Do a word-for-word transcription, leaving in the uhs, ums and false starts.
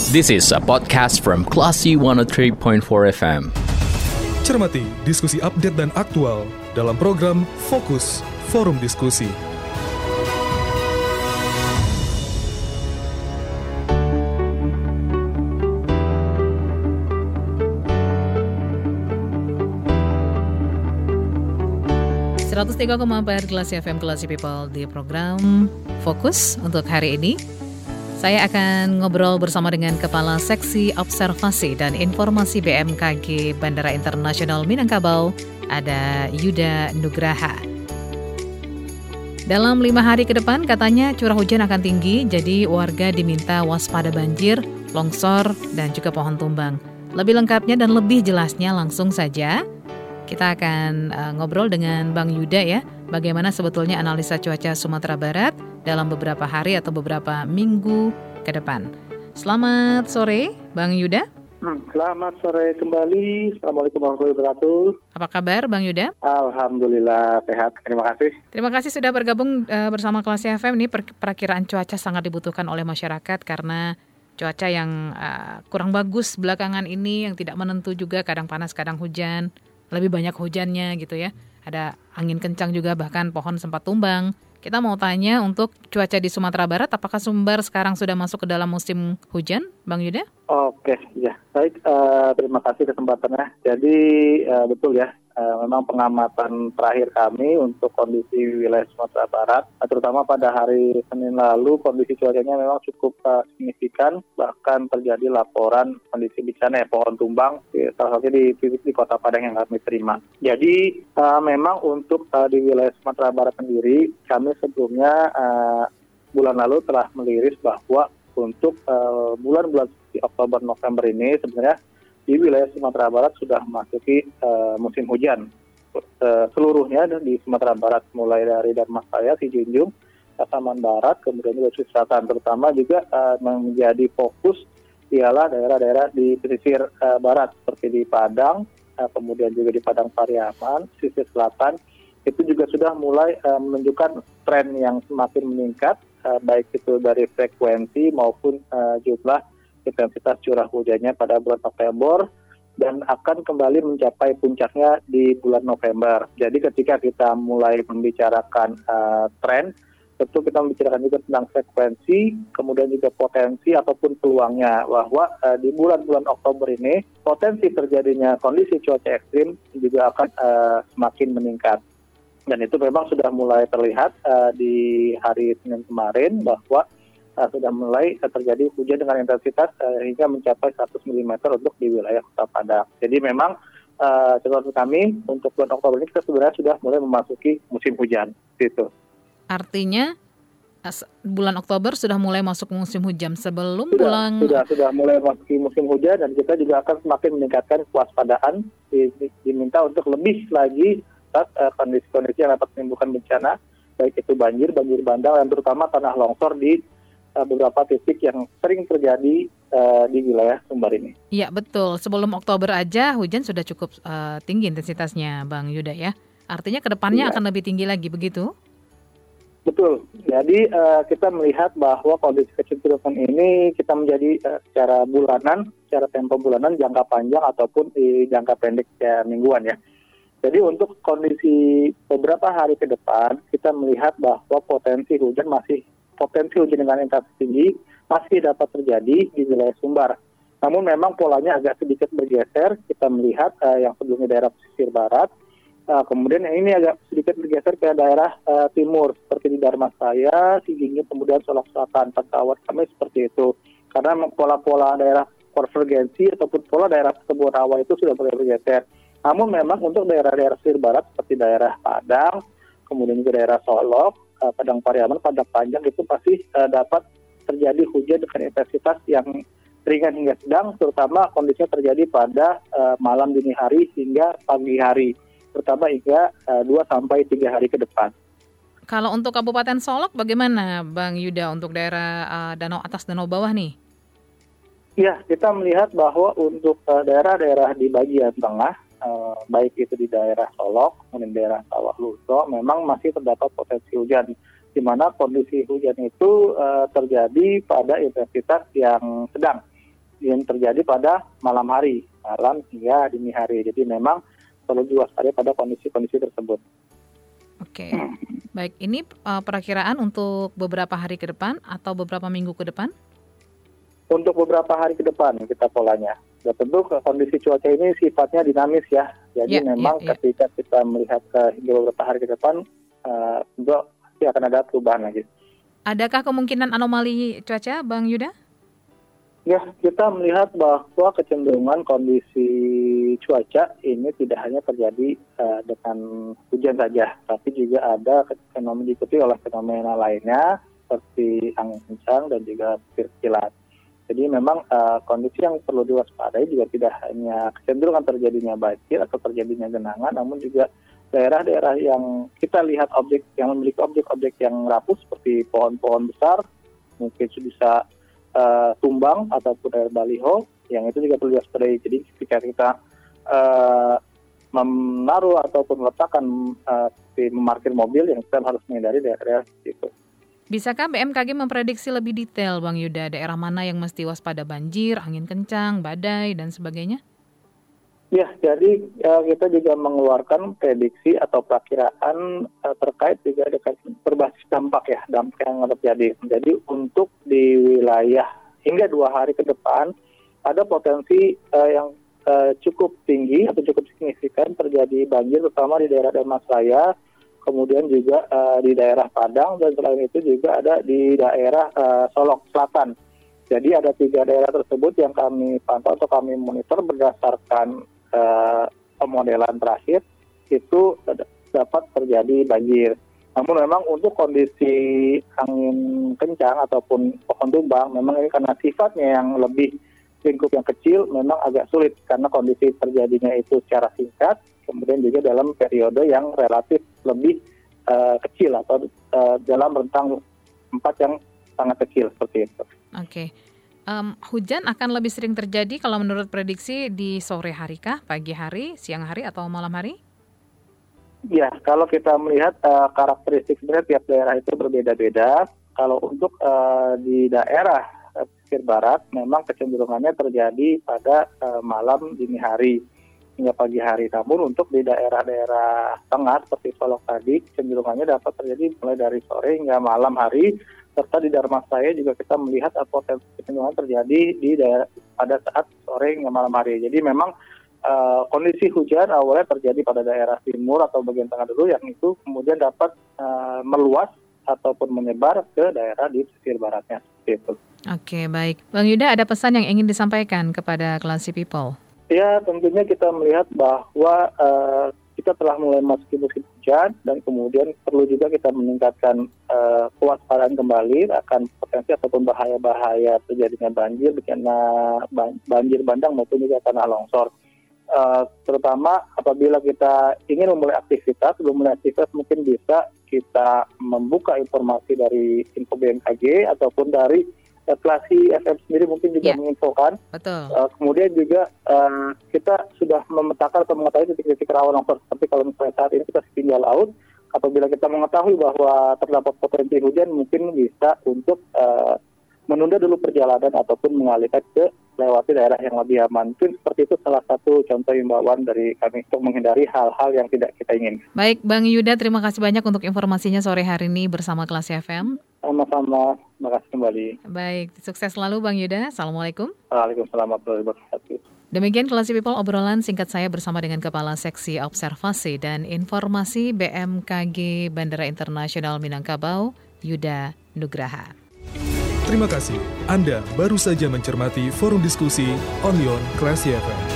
This is a podcast from Classy one oh three point four F M. Cermati diskusi update dan aktual dalam program Fokus Forum Diskusi. seratus tiga koma empat Classy F M, Classy People di program Fokus untuk hari ini. Saya akan ngobrol bersama dengan Kepala Seksi Observasi dan Informasi B M K G Bandara Internasional Minangkabau, ada Yuda Nugraha. Dalam lima hari ke depan katanya curah hujan akan tinggi, jadi warga diminta waspada banjir, longsor, dan juga pohon tumbang. Lebih lengkapnya dan lebih jelasnya langsung saja kita akan uh, ngobrol dengan Bang Yuda ya, bagaimana sebetulnya analisa cuaca Sumatera Barat dalam beberapa hari atau beberapa minggu ke depan. Selamat sore, Bang Yuda. Hmm, selamat sore kembali. Assalamualaikum warahmatullahi wabarakatuh. Apa kabar, Bang Yuda? Alhamdulillah sehat. Terima kasih. Terima kasih sudah bergabung uh, bersama Classy F M. Ini per- perakiraan cuaca sangat dibutuhkan oleh masyarakat karena cuaca yang uh, kurang bagus belakangan ini, yang tidak menentu juga, kadang panas, kadang hujan. Lebih banyak hujannya gitu ya. Ada angin kencang juga, bahkan pohon sempat tumbang. Kita mau tanya untuk cuaca di Sumatera Barat, apakah Sumbar sekarang sudah masuk ke dalam musim hujan, Bang Yuda? Oke, ya baik. Uh, terima kasih kesempatannya. Jadi uh, betul ya, uh, memang pengamatan terakhir kami untuk kondisi wilayah Sumatera Barat, uh, terutama pada hari Senin lalu, kondisi cuacanya memang cukup uh, signifikan. Bahkan terjadi laporan kondisi bencana ya, pohon tumbang, di, salah satunya di, di, di Kota Padang yang kami terima. Jadi uh, memang untuk uh, di wilayah Sumatera Barat sendiri, kami sebelumnya uh, bulan lalu telah meliris bahwa untuk uh, bulan-bulan di Oktober November ini sebenarnya di wilayah Sumatera Barat sudah memasuki uh, musim hujan. Uh, seluruhnya di Sumatera Barat, mulai dari Dharmasraya, Sijunjung, Pasaman Barat, kemudian juga Sulawesi Selatan, terutama juga uh, menjadi fokus ialah daerah-daerah di pesisir uh, barat seperti di Padang, uh, kemudian juga di Padang Pariaman, pesisir selatan, itu juga sudah mulai uh, menunjukkan tren yang semakin meningkat, uh, baik itu dari frekuensi maupun uh, jumlah intensitas curah hujannya pada bulan Oktober, dan akan kembali mencapai puncaknya di bulan November. Jadi ketika kita mulai membicarakan uh, tren, tentu kita membicarakan juga tentang frekuensi, kemudian juga potensi ataupun peluangnya, bahwa uh, di bulan-bulan Oktober ini potensi terjadinya kondisi cuaca ekstrim juga akan uh, semakin meningkat. Dan itu memang sudah mulai terlihat uh, di hari Senin kemarin bahwa uh, sudah mulai uh, terjadi hujan dengan intensitas uh, hingga mencapai seratus milimeter untuk di wilayah Kota Padang. Jadi memang uh, catatan kami untuk bulan Oktober ini kita sebenarnya sudah mulai memasuki musim hujan. Gitu. Artinya bulan Oktober sudah mulai masuk musim hujan sebelum sudah, bulan... Sudah, sudah mulai memasuki musim hujan, dan kita juga akan semakin meningkatkan kewaspadaan, diminta untuk lebih lagi saat uh, kondisi-kondisi yang dapat menimbulkan bencana, baik itu banjir, banjir bandang, dan terutama tanah longsor di uh, beberapa titik yang sering terjadi uh, di wilayah Sumbar ini. Iya, betul. Sebelum Oktober aja hujan sudah cukup uh, tinggi intensitasnya, Bang Yuda ya. Artinya ke depannya ya. Akan lebih tinggi lagi, begitu? Betul. Jadi uh, kita melihat bahwa kondisi kecenderungan ini kita menjadi uh, secara bulanan, secara tempo bulanan, jangka panjang ataupun di jangka pendek ya, mingguan ya. Jadi untuk kondisi beberapa hari ke depan, kita melihat bahwa potensi hujan masih, potensi hujan dengan intensitas tinggi masih dapat terjadi di wilayah Sumbar. Namun memang polanya agak sedikit bergeser, kita melihat uh, yang sebelumnya daerah pesisir barat, uh, kemudian ini agak sedikit bergeser ke daerah uh, timur, seperti di Dharmasraya, Sijunjung, kemudian Solok Selatan, Pentawat, kami seperti itu. Karena pola-pola daerah konvergensi ataupun pola daerah pertemuan awal itu sudah mulai bergeser. Namun memang untuk daerah-daerah pesisir barat seperti daerah Padang, kemudian juga daerah Solok, uh, Padang Pariaman, Padang Panjang itu pasti uh, dapat terjadi hujan dengan intensitas yang ringan hingga sedang, terutama kondisinya terjadi pada uh, malam dini hari hingga pagi hari, terutama hingga uh, dua sampai tiga hari ke depan. Kalau untuk Kabupaten Solok bagaimana, Bang Yuda, untuk daerah uh, danau atas, danau bawah nih? Ya, kita melihat bahwa untuk uh, daerah-daerah di bagian tengah, Uh, baik itu di daerah Solok, kemudian daerah Sawah Lunto, memang masih terdapat potensi hujan, di mana kondisi hujan itu uh, terjadi pada intensitas yang sedang. yang terjadi pada malam hari, malam hingga dini hari. Jadi memang perlu diwaspadai pada kondisi-kondisi tersebut. Oke, baik. Ini uh, perakiraan untuk beberapa hari ke depan atau beberapa minggu ke depan? Untuk beberapa hari ke depan kita polanya. Ya, tentu kondisi cuaca ini sifatnya dinamis ya. Jadi ya, memang ya, ya. ketika kita melihat ke hingga beberapa hari ke depan, uh, tentu pasti akan ada perubahan lagi. Adakah kemungkinan anomali cuaca, Bang Yuda? Ya, kita melihat bahwa kecenderungan kondisi cuaca ini tidak hanya terjadi uh, dengan hujan saja, tapi juga ada fenomena diikuti oleh fenomena lainnya seperti angin kencang dan juga petir kilat. Jadi memang uh, kondisi yang perlu diwaspadai juga tidak hanya kecenderungan terjadinya banjir atau terjadinya genangan, namun juga daerah-daerah yang kita lihat objek yang memiliki objek-objek yang rapuh seperti pohon-pohon besar, mungkin bisa uh, tumbang ataupun air baliho, yang itu juga perlu diwaspadai. Jadi ketika kita uh, menaruh ataupun meletakkan uh, di memarkir mobil, yang kita harus menghindari daerah itu. Bisakah B M K G memprediksi lebih detail, Bang Yuda, daerah mana yang mesti waspada banjir, angin kencang, badai, dan sebagainya? Ya, jadi uh, kita juga mengeluarkan prediksi atau perakiraan uh, terkait juga dengan berbasis dampak ya, dampak yang terjadi. Jadi untuk di wilayah hingga dua hari ke depan, ada potensi uh, yang uh, cukup tinggi atau cukup signifikan terjadi banjir, terutama di daerah Dharmasraya, kemudian juga uh, di daerah Padang, dan selain itu juga ada di daerah uh, Solok Selatan. Jadi ada tiga daerah tersebut yang kami pantau atau kami monitor berdasarkan Uh, pemodelan terakhir itu dapat terjadi banjir. Namun memang untuk kondisi angin kencang ataupun pohon tumbang, memang ini karena sifatnya yang lebih lingkup yang kecil, memang agak sulit karena kondisi terjadinya itu secara singkat, kemudian juga dalam periode yang relatif lebih uh, kecil atau uh, dalam rentang empat yang sangat kecil seperti itu. Oke. Okay. Um, hujan akan lebih sering terjadi kalau menurut prediksi di sore hari kah, pagi hari, siang hari, atau malam hari? Ya, kalau kita melihat uh, karakteristik sebenarnya tiap daerah itu berbeda-beda. Kalau untuk uh, di daerah uh, pesisir barat, memang kecenderungannya terjadi pada uh, malam dini hari hingga pagi hari. Namun untuk di daerah-daerah tengah seperti Solok tadi, kecenderungannya dapat terjadi mulai dari sore hingga malam hari. Serta di Dharmasraya juga kita melihat potensi kecenderungan terjadi di daerah pada saat sore hingga malam hari. Jadi memang uh, kondisi hujan awalnya terjadi pada daerah timur atau bagian tengah dulu, yang itu kemudian dapat uh, meluas ataupun menyebar ke daerah di pesisir baratnya. Gitu. Oke, baik. Bang Yuda, ada pesan yang ingin disampaikan kepada Classy People? Ya, tentunya kita melihat bahwa uh, kita telah mulai masuk musim hujan, dan kemudian perlu juga kita meningkatkan uh, kewaspadaan kembali akan potensi ataupun bahaya-bahaya terjadinya banjir, karena banjir bandang maupun juga tanah longsor. Uh, terutama apabila kita ingin memulai aktivitas, sebelum mulai aktivitas mungkin bisa kita membuka informasi dari info B M K G ataupun dari Classy F M sendiri mungkin juga yeah. menginfokan. Betul. Uh, kemudian juga uh, kita sudah memetakan atau mengetahui titik-titik rawan longsor. Seperti kalau misalnya saat ini kita di pinggir laut, apabila kita mengetahui bahwa terdapat potensi hujan, mungkin bisa untuk uh, menunda dulu perjalanan ataupun mengalihkan ke lewati daerah yang lebih aman. Mungkin seperti itu salah satu contoh himbauan dari kami untuk menghindari hal-hal yang tidak kita ingin. Baik, Bang Yuda, terima kasih banyak untuk informasinya sore hari ini bersama Classy F M. Sama-sama, terima kasih kembali. Baik, sukses selalu Bang Yuda. Assalamualaikum. Waalaikumsalam warahmatullahi wabarakatuh. Demikian Classy People, obrolan singkat saya bersama dengan Kepala Seksi Observasi dan Informasi B M K G Bandara Internasional Minangkabau, Yuda Nugraha. Terima kasih. Anda baru saja mencermati forum diskusi Onion Classy F M.